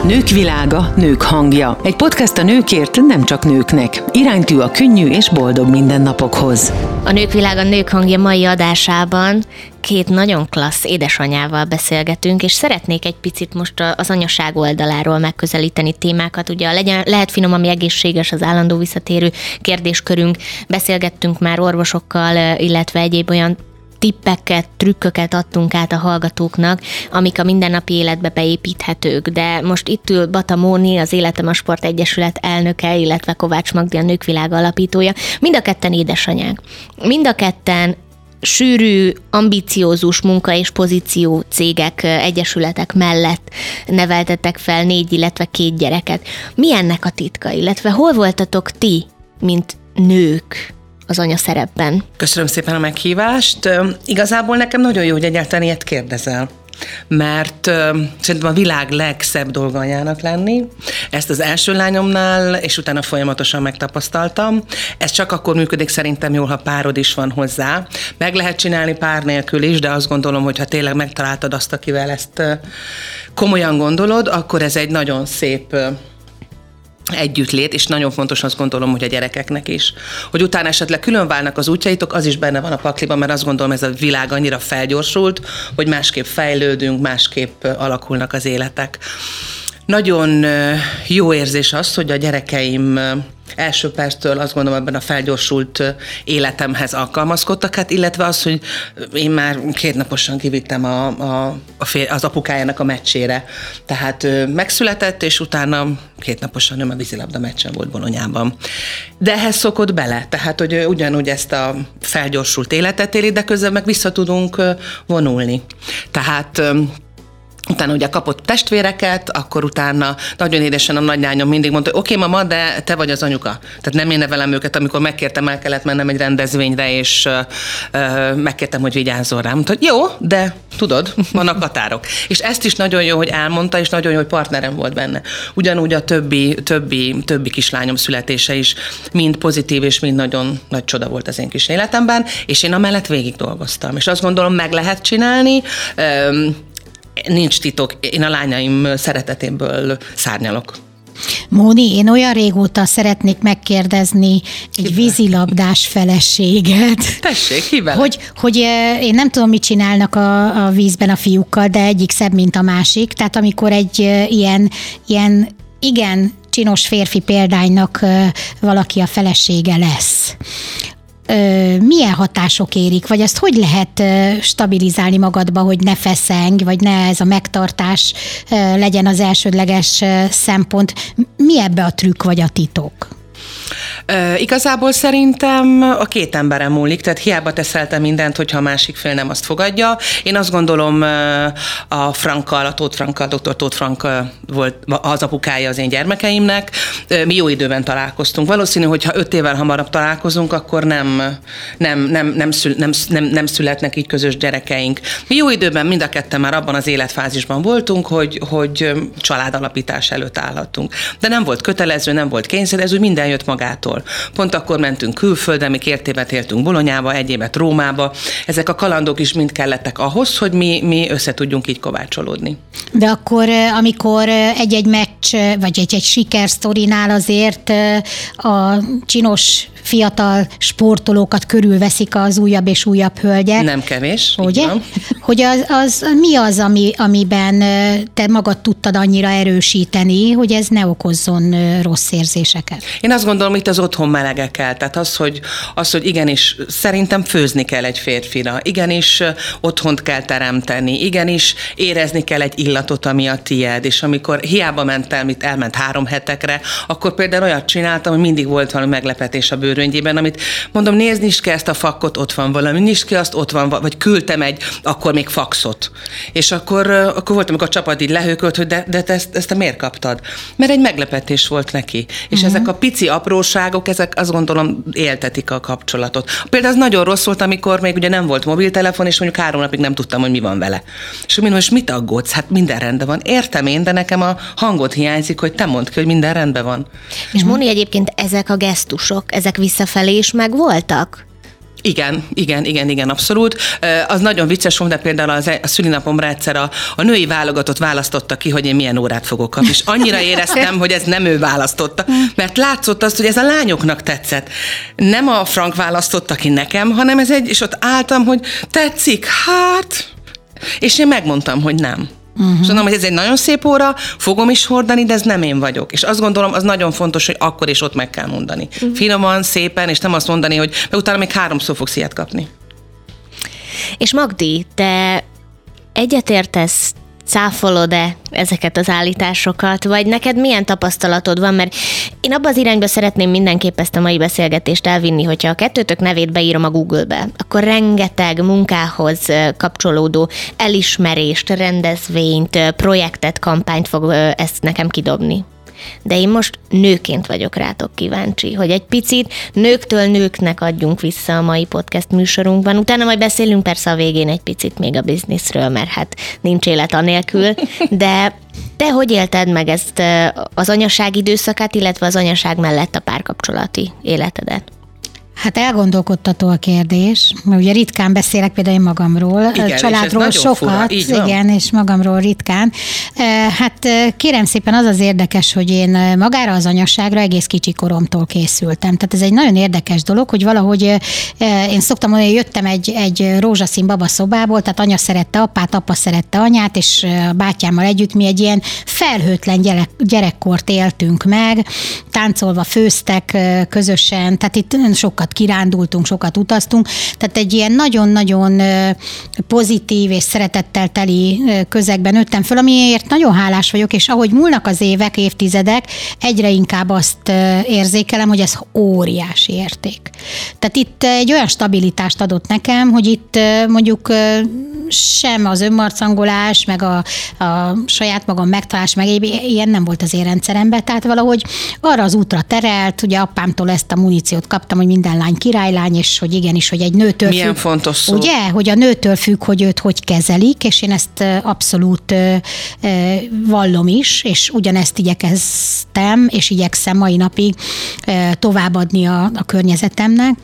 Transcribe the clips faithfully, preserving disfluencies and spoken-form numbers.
Nők világa, nők hangja. Egy podcast a nőkért, nem csak nőknek. Iránytű a könnyű és boldog mindennapokhoz. A Nők világa, nők hangja mai adásában két nagyon klassz édesanyával beszélgetünk, és szeretnék egy picit most az anyaság oldaláról megközelíteni témákat. Ugye legyen, lehet finom, ami egészséges, az állandó visszatérő kérdéskörünk. Beszélgettünk már orvosokkal, illetve egyéb olyan tippeket, trükköket adtunk át a hallgatóknak, amik a mindennapi életbe beépíthetők. De most itt ül Bata Móni, az Életem a Sport Egyesület elnöke, illetve Kovács Magdi, a Nők világa alapítója. Mind a ketten édesanyák. Mind a ketten sűrű, ambiciózus munka és pozíció cégek, egyesületek mellett neveltettek fel négy, illetve két gyereket. Mi ennek a titka, illetve hol voltatok ti, mint nők az anyaszerepben? Köszönöm szépen a meghívást. Igazából nekem nagyon jó, hogy egyáltalán ilyet kérdezel, mert uh, szerintem a világ legszebb dolga anyának lenni. Ezt az első lányomnál, és utána folyamatosan megtapasztaltam. Ez csak akkor működik szerintem jól, ha párod is van hozzá. Meg lehet csinálni pár nélkül is, de azt gondolom, hogy ha tényleg megtaláltad azt, akivel ezt uh, komolyan gondolod, akkor ez egy nagyon szép uh, együttlét, és nagyon fontos azt gondolom, hogy a gyerekeknek is. Hogy utána esetleg külön válnak az útjaitok, az is benne van a pakliban, mert azt gondolom, ez a világ annyira felgyorsult, hogy másképp fejlődünk, másképp alakulnak az életek. Nagyon jó érzés az, hogy a gyerekeim első perctől azt gondolom ebben a felgyorsult életemhez alkalmazkodtak, hát illetve az, hogy én már kétnaposan kivittem a, a, a fél, az apukájának a meccsére. Tehát megszületett, és utána kétnaposan ő a vízilabda meccsen volt Bolonyában. De ehhez szokott bele, tehát hogy ugyanúgy ezt a felgyorsult életet éli, de közben meg vissza tudunk vonulni. Tehát utána ugye kapott testvéreket, akkor utána nagyon édesen a nagylányom mindig mondta, hogy oké, okay, mama, de te vagy az anyuka. Tehát nem én nevelem őket, amikor megkértem, el kellett mennem egy rendezvényre, és uh, megkértem, hogy vigyázzon rám. Mondta, hogy jó, de tudod, vannak határok. És ezt is nagyon jó, hogy elmondta, és nagyon jó, hogy partnerem volt benne. Ugyanúgy a többi, többi, többi kislányom születése is mind pozitív, és mind nagyon nagy csoda volt az én kis életemben, és én amellett végig dolgoztam. És azt gondolom, meg lehet csinálni, um, nincs titok, én a lányaim szeretetéből szárnyalok. Móni, én olyan régóta szeretnék megkérdezni egy Kivel? vízilabdás feleséget. Tessék, kivel? Hogy, hogy én nem tudom, mit csinálnak a, a vízben a fiúkkal, de egyik szebb, mint a másik. Tehát amikor egy ilyen, ilyen igen csinos férfi példánynak valaki a felesége lesz, milyen hatások érik, vagy azt hogy lehet stabilizálni magadba, hogy ne feszeng, vagy ne ez a megtartás legyen az elsődleges szempont. Mi ebbe a trükk vagy a titok? Uh, igazából szerintem a két emberen múlik, tehát hiába teszel te mindent, hogyha a másik fél nem azt fogadja. Én azt gondolom uh, a Frankkal, a Tóth Frankkal, doktor Tóth Frank uh, volt az apukája az én gyermekeimnek. Uh, mi jó időben találkoztunk. Valószínű, hogy ha öt évvel hamarabb találkozunk, akkor nem, nem, nem, nem, szül, nem, nem, nem születnek így közös gyerekeink. Mi jó időben mind a ketten már abban az életfázisban voltunk, hogy, hogy családalapítás előtt állhattunk. De nem volt kötelező, nem volt kényszerező, minden jött magától. Pont akkor mentünk külföldre, mi két évet éltünk Bolonyába, egy évet Rómába. Ezek a kalandok is mind kellettek ahhoz, hogy mi, mi össze tudjunk így kovácsolódni. De akkor, amikor egy-egy meccs, vagy egy-egy sikersztorinál azért a csinos fiatal sportolókat körülveszik az újabb és újabb hölgyek. Nem kevés. Ugye? Hogy az, az, mi az, ami, amiben te magad tudtad annyira erősíteni, hogy ez ne okozzon rossz érzéseket? Én azt gondolom, itt az otthon melege kell. Tehát az, hogy, az, hogy igenis szerintem főzni kell egy férfira, igenis otthont kell teremteni, igenis érezni kell egy illatot, ami a tied, és amikor hiába mentem, itt elment három hetekre, akkor például olyat csináltam, hogy mindig volt valami meglepetés a bőröngyében, amit mondom, nézni is kell ezt a fakkot, ott van valami, nyisd ki azt, ott van, vagy küldtem egy, akkor még faxot. És akkor, akkor volt, amikor a csapat így lehőkölt, hogy de, de te ezt, ezt te miért kaptad? Mert egy meglepetés volt neki. És uh-huh. ezek a pici apróságok, ezek azt gondolom éltetik a kapcsolatot. Például az nagyon rossz volt, amikor még ugye nem volt mobiltelefon, és mondjuk három napig nem tudtam, hogy mi van vele. És mondom, most mit aggódsz? Hát minden rendben van. Értem én, de nekem a hangod hiányzik, hogy te mondd ki, hogy minden rendben van. És Móni, egyébként ezek a gesztusok, ezek visszafelé is megvoltak? Igen, igen, igen, igen, abszolút. Az nagyon vicces volt, de például az, a szülinapomra egyszer a, a női válogatott választotta ki, hogy én milyen órát fogok kapni, és annyira éreztem, hogy ez nem ő választotta, mert látszott azt, hogy ez a lányoknak tetszett. Nem a Frank választotta ki nekem, hanem ez egy, és ott álltam, hogy tetszik, hát, és én megmondtam, hogy nem. Uh-huh. És mondom, hogy ez egy nagyon szép óra, fogom is hordani, de ez nem én vagyok. És azt gondolom, az nagyon fontos, hogy akkor és ott meg kell mondani. Uh-huh. Finoman, szépen, és nem azt mondani, hogy mert utána még háromszor fogsz ilyet kapni. És Magdi, te egyetértesz, cáfolod-e ezeket az állításokat, vagy neked milyen tapasztalatod van, mert én abba az irányba szeretném mindenképp ezt a mai beszélgetést elvinni, hogyha a kettőtök nevét beírom a Google-be, akkor rengeteg munkához kapcsolódó elismerést, rendezvényt, projektet, kampányt fog ezt nekem kidobni. De én most nőként vagyok rátok kíváncsi, hogy egy picit nőktől nőknek adjunk vissza a mai podcast műsorunkban. Utána majd beszélünk persze a végén egy picit még a bizniszről, mert hát nincs élet anélkül, de te hogy élted meg ezt az anyaság időszakát, illetve az anyaság mellett a párkapcsolati életedet? Hát elgondolkodtató a kérdés, mert ugye ritkán beszélek például én magamról, igen, családról sokat, igen, és magamról ritkán. Hát kérem szépen, az az érdekes, hogy én magára az anyasságra egész kicsi koromtól készültem. Tehát ez egy nagyon érdekes dolog, hogy valahogy én szoktam mondani, hogy jöttem egy, egy rózsaszín babaszobából, tehát anya szerette apát, apa szerette anyát, és a bátyámmal együtt mi egy ilyen felhőtlen gyerek, gyerekkort éltünk meg, táncolva főztek közösen, tehát itt sokkal kirándultunk, sokat utaztunk, tehát egy ilyen nagyon-nagyon pozitív és szeretettel teli közegben nőttem föl, amiért nagyon hálás vagyok, és ahogy múlnak az évek, évtizedek, egyre inkább azt érzékelem, hogy ez óriási érték. Tehát itt egy olyan stabilitást adott nekem, hogy itt mondjuk sem az önmarcangolás, meg a, a saját magam megtalálás, meg ilyen nem volt az én rendszeremben, tehát valahogy arra az útra terelt, ugye apámtól ezt a muníciót kaptam, hogy minden lány királylány, és hogy igenis, hogy egy nőtől milyen függ. fontos szó. Ugye, hogy a nőtől függ, hogy őt hogy kezelik, és én ezt abszolút vallom is, és ugyanezt igyekeztem, és igyekszem mai napig továbbadni a, a környezetemnek.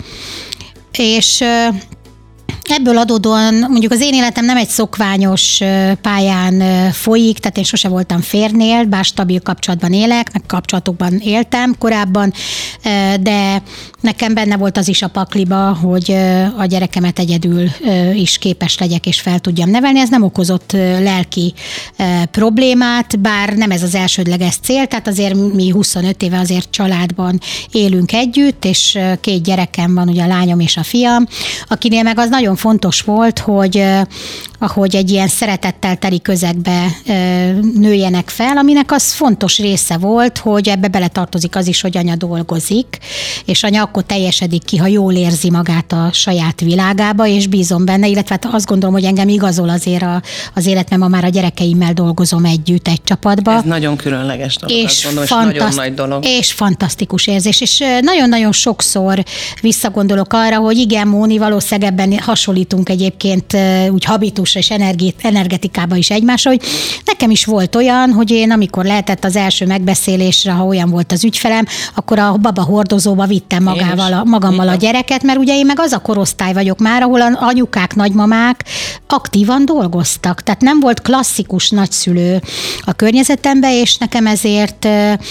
És ebből adódóan mondjuk az én életem nem egy szokványos pályán folyik, tehát én sose voltam férnél, bár stabil kapcsolatban élek, meg kapcsolatokban éltem korábban, de nekem benne volt az is a pakliba, hogy a gyerekemet egyedül is képes legyek és fel tudjam nevelni. Ez nem okozott lelki problémát, bár nem ez az elsődleges cél, tehát azért mi huszonöt éve azért családban élünk együtt, és két gyerekem van, ugye a lányom és a fiam, akinél meg az nagyon fontos volt, hogy ahogy egy ilyen szeretettel teli közegbe nőjenek fel, aminek az fontos része volt, hogy ebbe beletartozik az is, hogy anya dolgozik, és anya akkor teljesedik ki, ha jól érzi magát a saját világába, és bízom benne, illetve azt gondolom, hogy engem igazol azért a, az élet, mert ma már a gyerekeimmal dolgozom együtt egy csapatba. Ez nagyon különleges dolog, és azt gondolom, fantaszt- és nagyon nagy dolog. És fantasztikus érzés, és nagyon-nagyon sokszor visszagondolok arra, hogy igen, Móni, valószínűleg ebben hasonlítunk egyébként úgy habitusra és energetikában is egymásra, hogy nekem is volt olyan, hogy én amikor lehetett az első megbeszélésre, ha olyan volt az ügyfelem, akkor a baba hordozóba vittem magával a, magammal a gyereket, mert ugye én meg az a korosztály vagyok már, ahol a anyukák, nagymamák aktívan dolgoztak, tehát nem volt klasszikus nagyszülő a környezetemben, és nekem ezért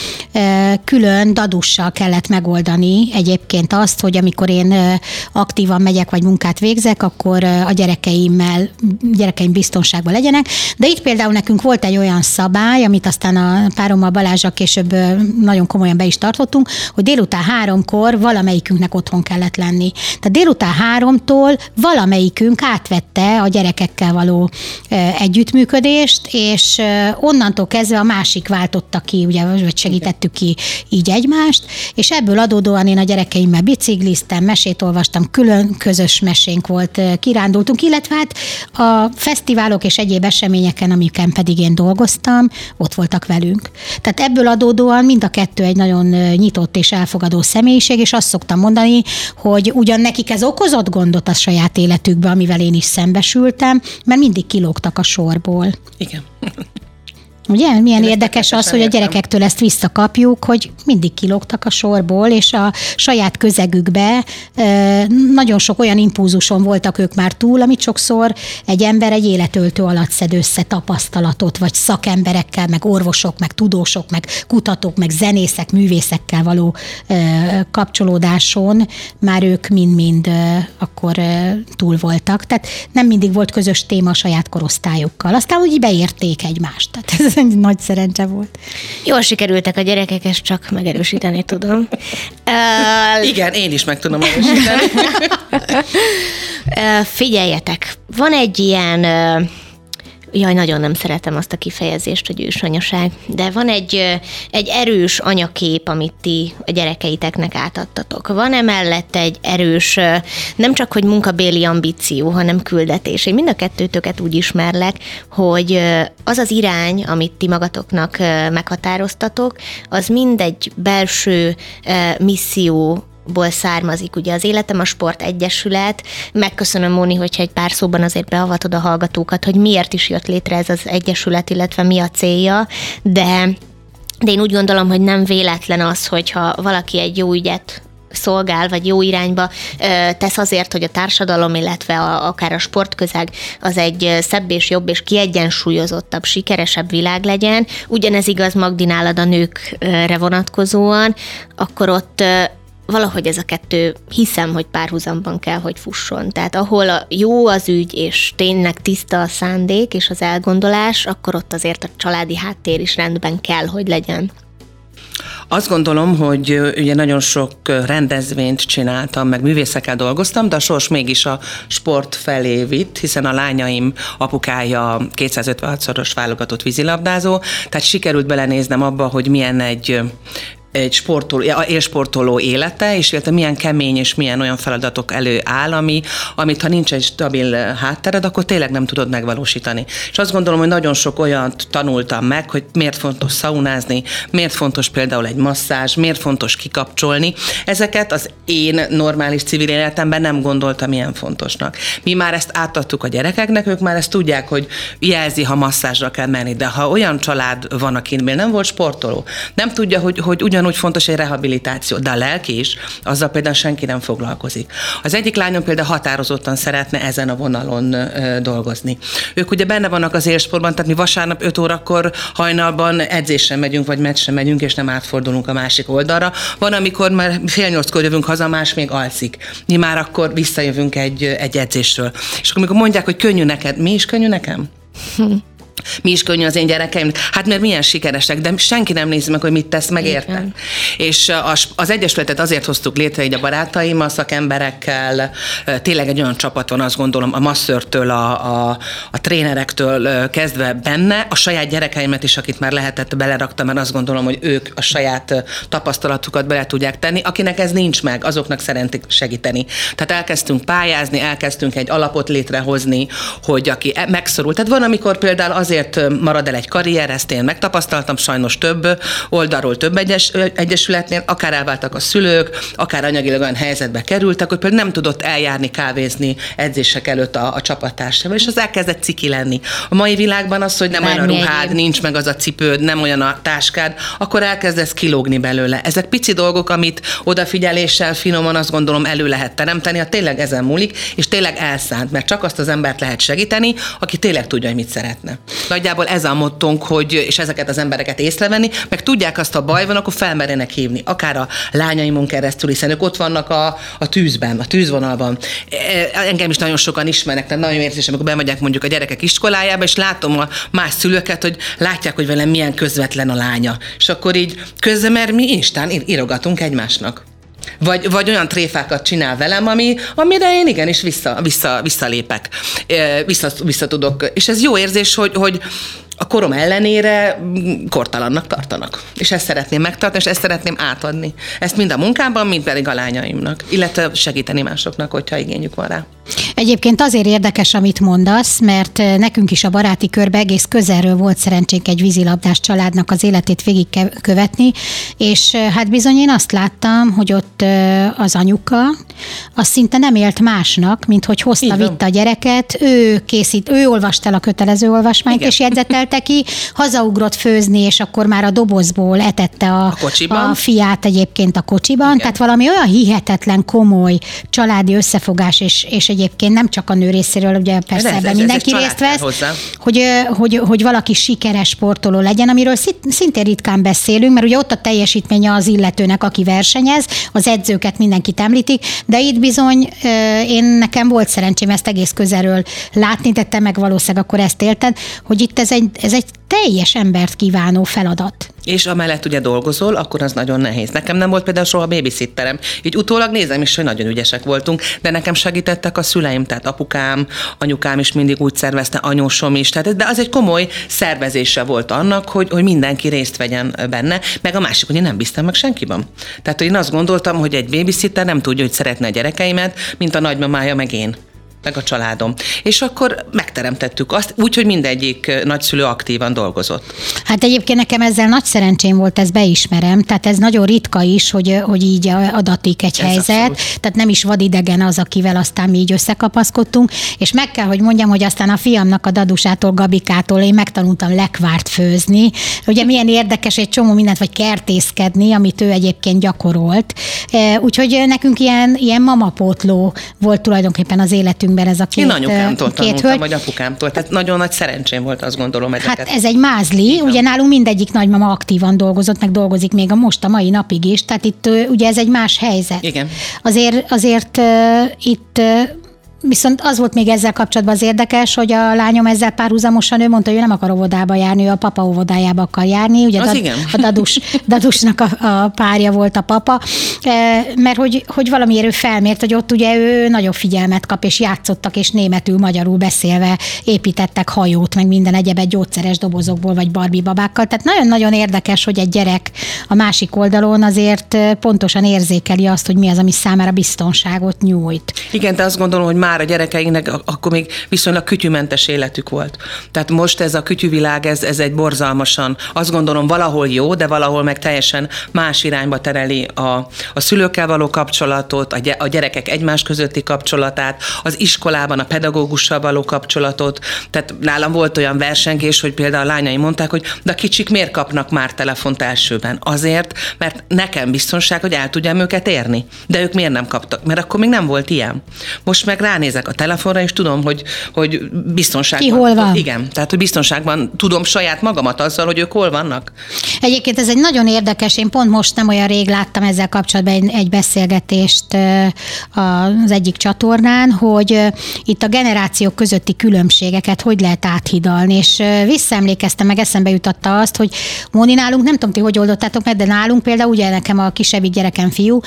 külön dadussal kellett megoldani egyébként azt, hogy amikor én aktívan megyek, vagy munkát végzek, akkor a gyerekeimmel, gyerekeim biztonságban legyenek. De itt például nekünk volt egy olyan szabály, amit aztán a párommal Balázsral később nagyon komolyan be is tartottunk, hogy délután háromkor valamelyikünknek otthon kellett lenni. Tehát délután háromtól valamelyikünk átvette a gyerekekkel való együttműködést, és onnantól kezdve a másik váltotta ki, ugye, vagy segítettük ki így egymást, és ebből adódóan én a gyerekeimmel bicikliztem, mesét olvastam, külön közös mesénk volt, kirándultunk, illetve hát a fesztiválok és egyéb eseményeken, amiken pedig én dolgoztam, ott voltak velünk. Tehát ebből adódóan mind a kettő egy nagyon nyitott és elfogadó személyiség, és azt szoktam mondani, hogy ugyan nekik ez okozott gondot a saját életükbe, amivel én is szembesültem, mert mindig kilógtak a sorból. Igen. Ugye? Milyen Én érdekes az, hogy a gyerekektől ezt visszakapjuk, hogy mindig kilógtak a sorból, és a saját közegükbe nagyon sok olyan impulzuson voltak ők már túl, amit sokszor egy ember egy életöltő alatt szed össze tapasztalatot, vagy szakemberekkel, meg orvosok, meg tudósok, meg kutatók, meg zenészek, művészekkel való kapcsolódáson már ők mind-mind akkor túl voltak. Tehát nem mindig volt közös téma a saját korosztályukkal. Aztán úgy beérték egymást. Tehát ez egy nagy szerencse volt. Jól sikerültek a gyerekek, ezt csak megerősíteni tudom. Uh, Igen, én is meg tudom erősíteni. uh, figyeljetek, van egy ilyen... Uh, Jaj, nagyon nem szeretem azt a kifejezést, hogy ősanyaság, de van egy, egy erős anyakép, amit ti a gyerekeiteknek átadtatok. Van emellett egy erős, nem csak hogy munkabéli ambíció, hanem küldetés. Én mind a kettőtöket úgy ismerlek, hogy az az irány, amit ti magatoknak meghatároztatok, az mind egy belső misszió, ból származik. Ugye az Életem a Sport Egyesület. Megköszönöm, Móni, hogyha egy pár szóban azért beavatod a hallgatókat, hogy miért is jött létre ez az egyesület, illetve mi a célja, de, de én úgy gondolom, hogy nem véletlen az, hogyha valaki egy jó ügyet szolgál, vagy jó irányba tesz azért, hogy a társadalom, illetve a, akár a sportközeg az egy szebb és jobb és kiegyensúlyozottabb, sikeresebb világ legyen. Ugyanez igaz, Magdi, nálad a nőkre vonatkozóan, akkor ott valahogy ez a kettő, hiszem, hogy párhuzamban kell, hogy fusson. Tehát ahol a jó az ügy, és tényleg tiszta a szándék és az elgondolás, akkor ott azért a családi háttér is rendben kell, hogy legyen. Azt gondolom, hogy ugye nagyon sok rendezvényt csináltam, meg művészekkel dolgoztam, de a sors mégis a sport felé vitt, hiszen a lányaim apukája kétszázötvenhatszoros válogatott vízilabdázó, tehát sikerült belenéznem abba, hogy milyen egy egy sportoló, élsportoló élete, és illetve milyen kemény és milyen olyan feladatok elő áll, ami, amit ha nincs egy stabil háttered, akkor tényleg nem tudod megvalósítani. És azt gondolom, hogy nagyon sok olyat tanultam meg, hogy miért fontos szaunázni, miért fontos például egy masszázs, miért fontos kikapcsolni. Ezeket az én normális civil életemben nem gondoltam ilyen fontosnak. Mi már ezt átadtuk a gyerekeknek, ők már ezt tudják, hogy jelzi, ha masszázsra kell menni, de ha olyan család van, akinél nem volt sportoló, nem tudja, hogy, hogy ugyan ugyanúgy fontos egy rehabilitáció, de a lelki is, azzal például senki nem foglalkozik. Az egyik lányom például határozottan szeretne ezen a vonalon ö, dolgozni. Ők ugye benne vannak az élsportban, tehát mi vasárnap öt órakor hajnalban edzésre megyünk, vagy meccsre megyünk, és nem átfordulunk a másik oldalra. Van, amikor már fél nyolckor jövünk haza, más még alszik. Mi már akkor visszajövünk egy, egy edzésről. És akkor amikor mondják, hogy könnyű neked, mi is könnyű nekem? Hm. Mi is könnyű az én gyerekeim? Hát mert milyen sikeresek, de senki nem nézi meg, hogy mit tesz meg érte. És az Egyesületet azért hoztuk létre, így a barátaim, a szakemberekkel, tényleg egy olyan csapat van, azt gondolom, a masszörtől, a, a, a trénerektől kezdve benne, a saját gyerekeimet is, akit már lehetett, beleraktam, mert azt gondolom, hogy ők a saját tapasztalatukat bele tudják tenni. Akinek ez nincs meg, azoknak szeretnék segíteni. Tehát elkezdtünk pályázni, elkezdtünk egy alapot létrehozni, hogy aki megszorult. Tehát van, amikor például az azért marad el egy karrier, ezt én megtapasztaltam, sajnos több oldalról, több egyes, egyesületnél, akár elváltak a szülők, akár anyagilag olyan helyzetbe kerültek, hogy például nem tudott eljárni, kávézni edzések előtt a, a csapattársával, és az elkezdett ciki lenni. A mai világban az, hogy nem Bármi olyan a ruhád, egyéb. Nincs meg az a cipőd, nem olyan a táskád, akkor elkezdesz kilógni belőle. Ezek pici dolgok, amit odafigyeléssel, finoman azt gondolom elő lehet teremteni, ha tényleg ezen múlik, és tényleg elszánt, mert csak azt az embert lehet segíteni, aki tényleg tudja, hogy mit szeretne. Nagyjából ez a mottónk, hogy, és ezeket az embereket észrevenni, meg tudják azt, ha baj van, akkor felmerjenek hívni. Akár a lányaimon keresztül, hiszen ők ott vannak a, a tűzben, a tűzvonalban. Engem is nagyon sokan ismernek, tehát nagyon érzés, amikor bemegyek mondjuk a gyerekek iskolájába, és látom a más szülőket, hogy látják, hogy velem milyen közvetlen a lánya. És akkor így közben, mert mi instán írogatunk egymásnak. Vagy, vagy olyan tréfákat csinál velem, ami, amire én igenis vissza, vissza, visszalépek, vissza, vissza tudok. És ez jó érzés, hogy, hogy a korom ellenére kortalannak tartanak. És ezt szeretném megtartani, és ezt szeretném átadni. Ezt mind a munkámban, mind pedig a lányaimnak. Illetve segíteni másoknak, hogyha igényük van rá. Egyébként azért érdekes, amit mondasz, mert nekünk is a baráti körbe egész közelről volt szerencsénk egy vízilabdás családnak az életét végigkövetni, és hát bizony én azt láttam, hogy ott az anyuka, az szinte nem élt másnak, mint hogy hozta, vitte a gyereket, ő készít, ő olvasta el a kötelező olvasmányt, igen. És jegyzetelt, rendelte ki, hazaugrott főzni, és akkor már a dobozból etette a, a, a fiát egyébként a kocsiban. Igen. Tehát valami olyan hihetetlen komoly családi összefogás, és, és egyébként nem csak a nő részéről, ugye persze ebben mindenki részt vesz, hogy, hogy, hogy valaki sikeres sportoló legyen, amiről szintén ritkán beszélünk, mert ugye ott a teljesítménye az illetőnek, aki versenyez, az edzőket mindenkit említik, de itt bizony én nekem volt szerencsém ezt egész közelről látni, de te meg valószínűleg akkor ezt élted, hogy itt ez egy, ez egy teljes embert kívánó feladat. És amellett ugye dolgozol, akkor az nagyon nehéz. Nekem nem volt például soha babysitterem. Így utólag nézem is, hogy nagyon ügyesek voltunk, de nekem segítettek a szüleim, tehát apukám, anyukám is mindig úgy szervezte, anyósom is, tehát, de az egy komoly szervezése volt annak, hogy, hogy mindenki részt vegyen benne, meg a másik, hogy én nem bíztam meg senkiben. Tehát én azt gondoltam, hogy egy babysitter nem tudja, hogy szeretne a gyerekeimet, mint a nagymamája meg én, meg a családom. És akkor megteremtettük azt, úgyhogy mindegyik nagyszülő aktívan dolgozott. Hát egyébként nekem ezzel nagy szerencsém volt, ezt beismerem, tehát ez nagyon ritka is, hogy, hogy így adatik egy ez helyzet, abszolút. Tehát nem is vadidegen az, akivel aztán mi így összekapaszkodtunk, és meg kell, hogy mondjam, hogy aztán a fiamnak a Dadusától, Gabikától én megtanultam lekvárt főzni. Ugye milyen érdekes egy csomó mindent, vagy kertészkedni, amit ő egyébként gyakorolt. Úgyhogy nekünk ilyen, ilyen mamapótló volt tulajdonképpen az életünk. Ez a két, Én anyukámtól tanultam, hölgy. vagy apukámtól, tehát nagyon nagy szerencsém volt, azt gondolom ezeket. Hát ez egy mázli, igen. Ugye nálunk mindegyik nagymama aktívan dolgozott, meg dolgozik még a most a mai napig is, tehát itt ugye ez egy más helyzet. Igen. Azért, azért uh, itt uh, viszont az volt még ezzel kapcsolatban az érdekes, hogy a lányom ezzel párhuzamosan ő mondta, hogy ő nem akar óvodába járni, ő a papa óvodájába akar járni. Ugye az a, igen. a Dadus, Dadusnak a, a párja volt a papa, mert hogy, hogy valamiért ő felmért, hogy ott ugye ő nagyobb figyelmet kap, és játszottak, és németül, magyarul beszélve építettek hajót, meg minden egyebet gyógyszeres dobozokból, vagy Barbie babákkal. Tehát nagyon-nagyon érdekes, hogy egy gyerek a másik oldalon azért pontosan érzékeli azt, hogy mi az, ami számára biztonságot nyújt. Igen, de azt gondolom, hogy már a gyerekeinknek akkor még viszonylag kütyümentes életük volt. Tehát most ez a kütyüvilág, ez, ez egy borzalmasan, azt gondolom valahol jó, de valahol meg teljesen más irányba tereli a, a szülőkkel való kapcsolatot, a gyerekek egymás közötti kapcsolatát, az iskolában a pedagógussal való kapcsolatot. Tehát nálam volt olyan versengés, hogy például a lányaim mondták, hogy de a kicsik miért kapnak már telefont elsőben? Azért, mert nekem biztonság, hogy el tudjam őket érni. De ők miért nem kaptak? Mert akkor még nem volt ilyen. Most meg ránézek a telefonra, és tudom, hogy, hogy biztonságban... Ki hol van? Igen, tehát, hogy biztonságban tudom saját magamat azzal, hogy ők hol vannak. Egyébként ez egy nagyon érdekes, én pont most nem olyan rég láttam ezzel kapcsolatban egy, egy beszélgetést az egyik csatornán, hogy itt a generációk közötti különbségeket hogy lehet áthidalni, és visszaemlékeztem, meg eszembe jutatta azt, hogy Móni, nálunk, nem tudom ti, hogy oldottátok meg, de nálunk például ugye nekem a kisebbik gyerekem fiú,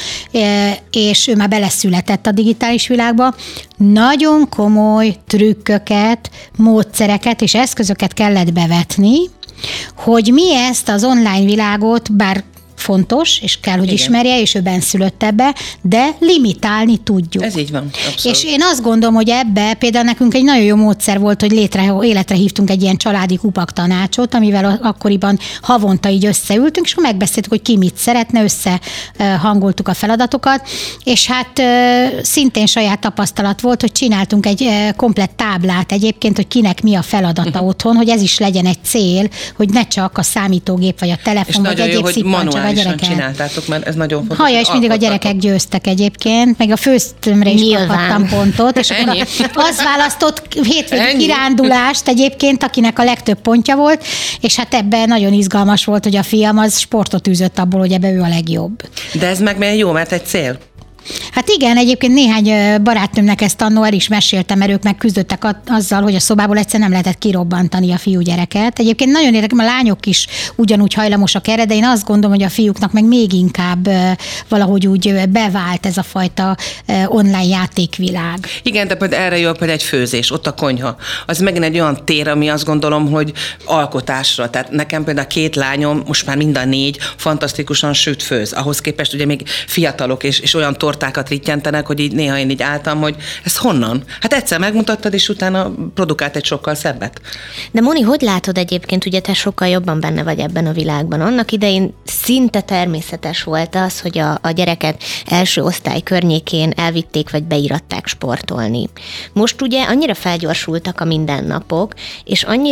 és ő már beleszületett a digitális világba, nagyon komoly trükköket, módszereket és eszközöket kellett bevetni, hogy mi ezt az online világot, bár fontos, és kell, hogy igen. ismerje, és ő benszülött ebbe, de limitálni tudjuk. Ez így van, abszolút. És én azt gondolom, hogy ebbe például nekünk egy nagyon jó módszer volt, hogy létre, életre hívtunk egy ilyen családi kupak tanácsot, amivel akkoriban havonta így összeültünk, és megbeszéltük, hogy ki mit szeretne, összehangoltuk a feladatokat, és hát szintén saját tapasztalat volt, hogy csináltunk egy komplett táblát egyébként, hogy kinek mi a feladata uh-huh. otthon, hogy ez is legyen egy cél, hogy ne csak a számítógép, vagy a telefon, vagy egyéb szippancsa. Csináltátok, mert ez nagyon fontos. Hallja, és mindig a gyerekek győztek egyébként, meg a főztömre is kaphattam pontot, és akkor az választott hétvégi kirándulást egyébként, akinek a legtöbb pontja volt, és hát ebben nagyon izgalmas volt, hogy a fiam az sportot űzött abból, hogy ebbe ő a legjobb. De ez meg milyen jó, mert egy cél. Hát igen, egyébként néhány barátnőmnek ezt annó el is meséltem, mert ők meg küzdöttek azzal, hogy a szobából egyszer nem lehetett kirobbantani a fiúgyereket. Egyébként nagyon érdekes, a lányok is ugyanúgy hajlamosak erre, de én azt gondolom, hogy a fiúknak meg még inkább valahogy úgy bevált ez a fajta online játékvilág. Igen, de például erre jó például egy főzés, ott a konyha. Az megint egy olyan tér, ami azt gondolom, hogy alkotásra. Tehát nekem például a két lányom, most már mind a négy fantasztikusan süt főz. Ahhoz képest ugye még fiatalok, és, és olyan tortákat rittyentenek, hogy így néha én így álltam, hogy ez honnan? Hát egyszer megmutattad, és utána produkált egy sokkal szebbet. De Moni, hogy látod egyébként, ugye te sokkal jobban benne vagy ebben a világban. Annak idején szinte természetes volt az, hogy a, a gyereket első osztály környékén elvitték, vagy beiratták sportolni. Most ugye annyira felgyorsultak a mindennapok, és annyira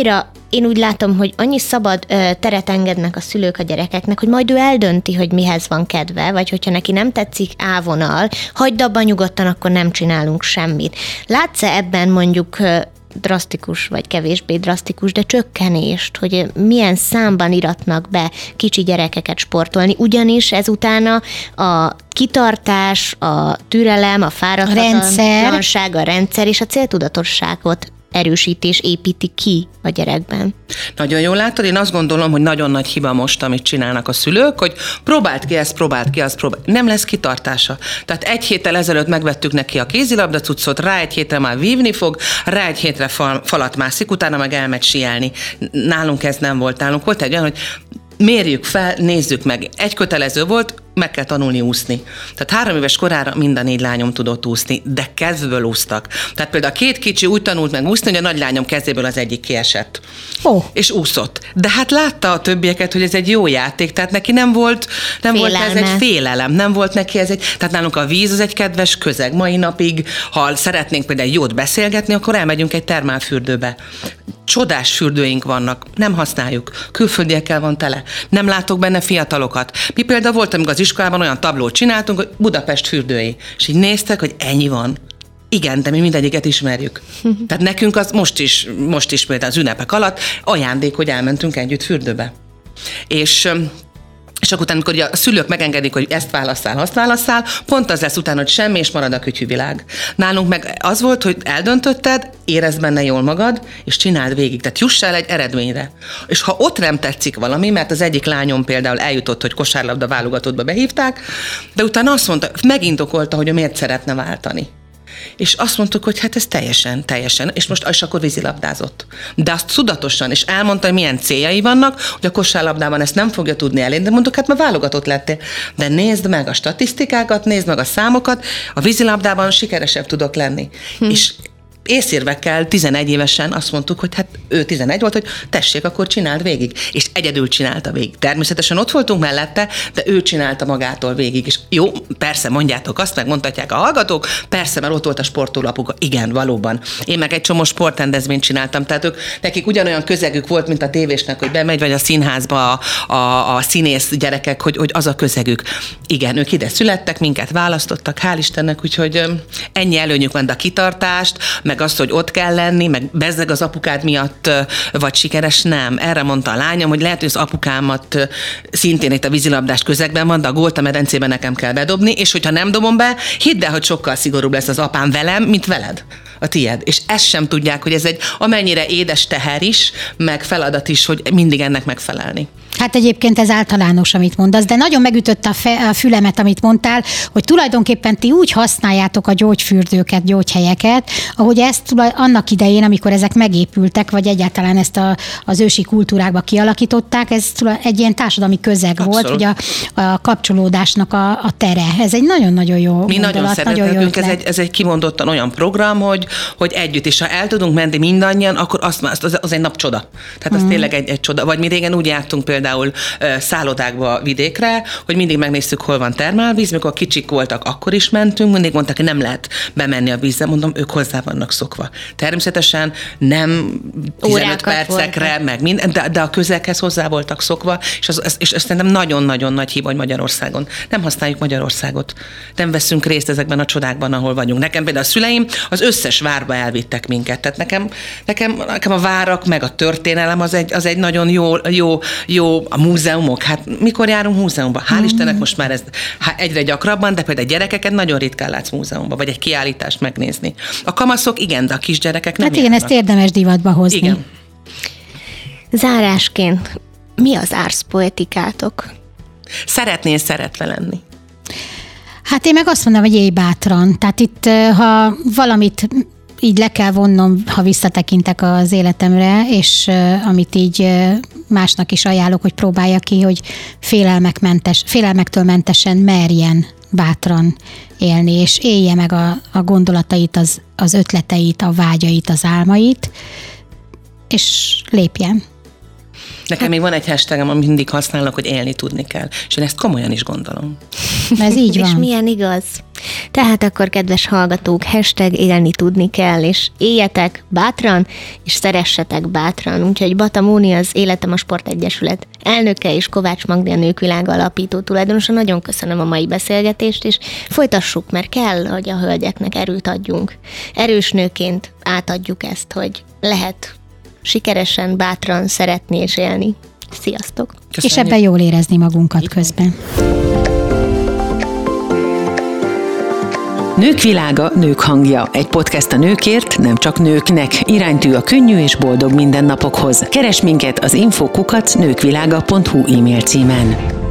én úgy látom, hogy annyi szabad ö, teret engednek a szülők a gyerekeknek, hogy majd ő eldönti, hogy mihez van kedve, vagy hogyha neki nem tetszik A vonal, hagyd abban nyugodtan, akkor nem csinálunk semmit. Látsz-e ebben mondjuk ö, drasztikus, vagy kevésbé drasztikus, de csökkenést, hogy milyen számban iratnak be kicsi gyerekeket sportolni, ugyanis ezután a kitartás, a türelem, a fáradhatatlanság, a rendszer és a céltudatosságot erősíti és építi ki a gyerekben. Nagyon jól látod, én azt gondolom, hogy nagyon nagy hiba most, amit csinálnak a szülők, hogy próbáld ki ezt, próbáld ki azt, próbáld. Nem lesz kitartása. Tehát egy héttel ezelőtt megvettük neki a kézilabda cuccot, rá egy hétre már vívni fog, rá egy hétre fal, falat mászik, utána meg elmegy síelni. Nálunk ez nem volt. Nálunk volt egy olyan, hogy mérjük fel, nézzük meg. Egy kötelező volt, meg kell tanulni úszni. Tehát három éves korára mind a négy lányom tudott úszni, de kezből úsztak. Tehát például a két kicsi úgy tanult meg úszni, hogy a nagy lányom kezéből az egyik kiesett. Oh. És úszott. De hát látta a többieket, hogy ez egy jó játék, tehát neki nem volt, nem volt ez egy félelem, nem volt neki ez egy, tehát nálunk a víz az egy kedves közeg. Mai napig, ha szeretnénk például jót beszélgetni, akkor elmegyünk egy termálfürdőbe. Csodás fürdőink vannak, nem használjuk. Külföldiekkel van tele. Nem látok benne fiatalokat. Mi például volt, amikor az iskolában olyan tablót csináltunk, hogy Budapest fürdői. És így néztek, hogy ennyi van. Igen, de mi mindegyiket ismerjük. Tehát nekünk az most is, most is például az ünnepek alatt ajándék, hogy elmentünk együtt fürdőbe. És És akkor utána, amikor a szülők megengedik, hogy ezt válasszál, azt válasszál, pont az lesz utána, hogy semmi, és marad a kütyűvilág. Nálunk meg az volt, hogy eldöntötted, érezd benne jól magad, és csináld végig. Tehát juss el egy eredményre. És ha ott nem tetszik valami, mert az egyik lányom például eljutott, hogy kosárlabda válogatottba behívták, de utána azt mondta, megindokolta, hogy ő miért szeretne váltani. És azt mondtuk, hogy hát ez teljesen, teljesen, és most és akkor vízilabdázott. De azt tudatosan, és elmondta, hogy milyen céljai vannak, hogy a kosárlabdában ezt nem fogja tudni elérni, de mondtuk, hát már válogatott lettél. De nézd meg a statisztikákat, nézd meg a számokat, a vízilabdában sikeresebb tudok lenni. Hm. És észérvekkel tizenegy évesen azt mondtuk, hogy hát ő tizenegy volt, hogy tessék, akkor csináld végig. És egyedül csinálta végig. Természetesen ott voltunk mellette, de ő csinálta magától végig. És jó, persze mondjátok azt, meg mondhatják a hallgatók, persze, mert ott volt a sportólapuk. Igen, valóban. Én meg egy csomó sportrendezvényt csináltam, tehát ők, nekik ugyanolyan közegük volt, mint a tévésnek, hogy bemegy, vagy a színházba a, a, a színész gyerekek, hogy, hogy az a közegük. Igen, ők ide születtek, minket választottak, hál' Istennek, úgyhogy ennyi előnyük van, de a kitartást, meg azt, hogy ott kell lenni, meg bezzeg az apukád miatt vagy sikeres, nem. Erre mondta a lányom, hogy lehet, hogy az apukámat szintén itt a vízilabdás közegben van, de a gólt a medencében nekem kell bedobni, és hogyha nem dobom be, hidd el, hogy sokkal szigorúbb lesz az apám velem, mint veled, a tied. És ezt sem tudják, hogy ez egy amennyire édes teher is, meg feladat is, hogy mindig ennek megfelelni. Hát egyébként ez általános, amit mondasz, de nagyon megütötte a, fe, a fülemet, amit mondtál, hogy tulajdonképpen ti úgy használjátok a gyógyfürdőket, gyógyhelyeket, ahogy ezt annak idején, amikor ezek megépültek, vagy egyáltalán ezt a, az ősi kultúrákba kialakították, ez egy ilyen társadalmi közeg Abszolút. Volt, hogy a, a kapcsolódásnak a, a tere. Ez egy nagyon-nagyon jó Mi gondolat, nagyon szeretünk, ez egy, ez egy kimondottan olyan program, hogy, hogy együtt, és ha el tudunk menni mindannyian, akkor azt, az, az egy nap csoda. Tehát az mm. tényleg egy, egy csoda. Vagy mi régen úgy jártunk például szállodákba vidékre, hogy mindig megnéztük, hol van termálvíz, mikor kicsik voltak, akkor is mentünk, mindig mondták, hogy nem lehet bemenni a vízbe, mondom, ők hozzá vannak szokva. Természetesen nem tizenöt Órákat percekre, voltak. Meg minden, de, de a közeghez hozzá voltak szokva, és, az, és ez szerintem nagyon-nagyon nagy hiba, hogy Magyarországon. Nem használjuk Magyarországot. Nem veszünk részt ezekben a csodákban, ahol vagyunk. Nekem például a szüleim az összes várba elvittek minket. Tehát nekem, nekem, nekem a várak, meg a történelem az egy, az egy nagyon jó, jó, jó a múzeumok, hát mikor járunk múzeumba? Hál' mm. Istennek most már ez egyre gyakrabban, de például a gyerekeket nagyon ritkán látsz múzeumba, vagy egy kiállítást megnézni. A kamaszok igen, de a kisgyerekek nem Hát igen, járnak. Ezt érdemes divatba hozni. Igen. Zárásként, mi az árszpoetikátok? Szeretnél szeretve lenni? Hát én meg azt mondom, hogy élj bátran. Tehát itt, ha valamit így le kell vonnom, ha visszatekintek az életemre, és uh, amit így uh, másnak is ajánlok, hogy próbálja ki, hogy félelmek mentes, félelmektől mentesen merjen bátran élni, és élje meg a, a gondolatait, az, az ötleteit, a vágyait, az álmait, és lépjen. Nekem még van egy hashtagem, amit mindig használok, hogy élni tudni kell. És én ezt komolyan is gondolom. Ez így van. És milyen igaz. Tehát akkor, kedves hallgatók, hashtag élni tudni kell, és éljetek bátran, és szeressetek bátran. Úgyhogy Bata Móni, az Életem a Sportegyesület elnöke, és Kovács Magdi, a Nők Világa alapító tulajdonosa. Nagyon köszönöm a mai beszélgetést, és folytassuk, mert kell, hogy a hölgyeknek erőt adjunk. Erős nőként átadjuk ezt, hogy lehet sikeresen, bátran szeretni és élni. Sziasztok! Köszönjük. És ebben jól érezni magunkat közben. Nők világa, nők hangja. Egy podcast a nőkért, nem csak nőknek. Iránytű a könnyű és boldog mindennapokhoz. Keresd minket az info kukac nőkvilága pont hu e-mail címen.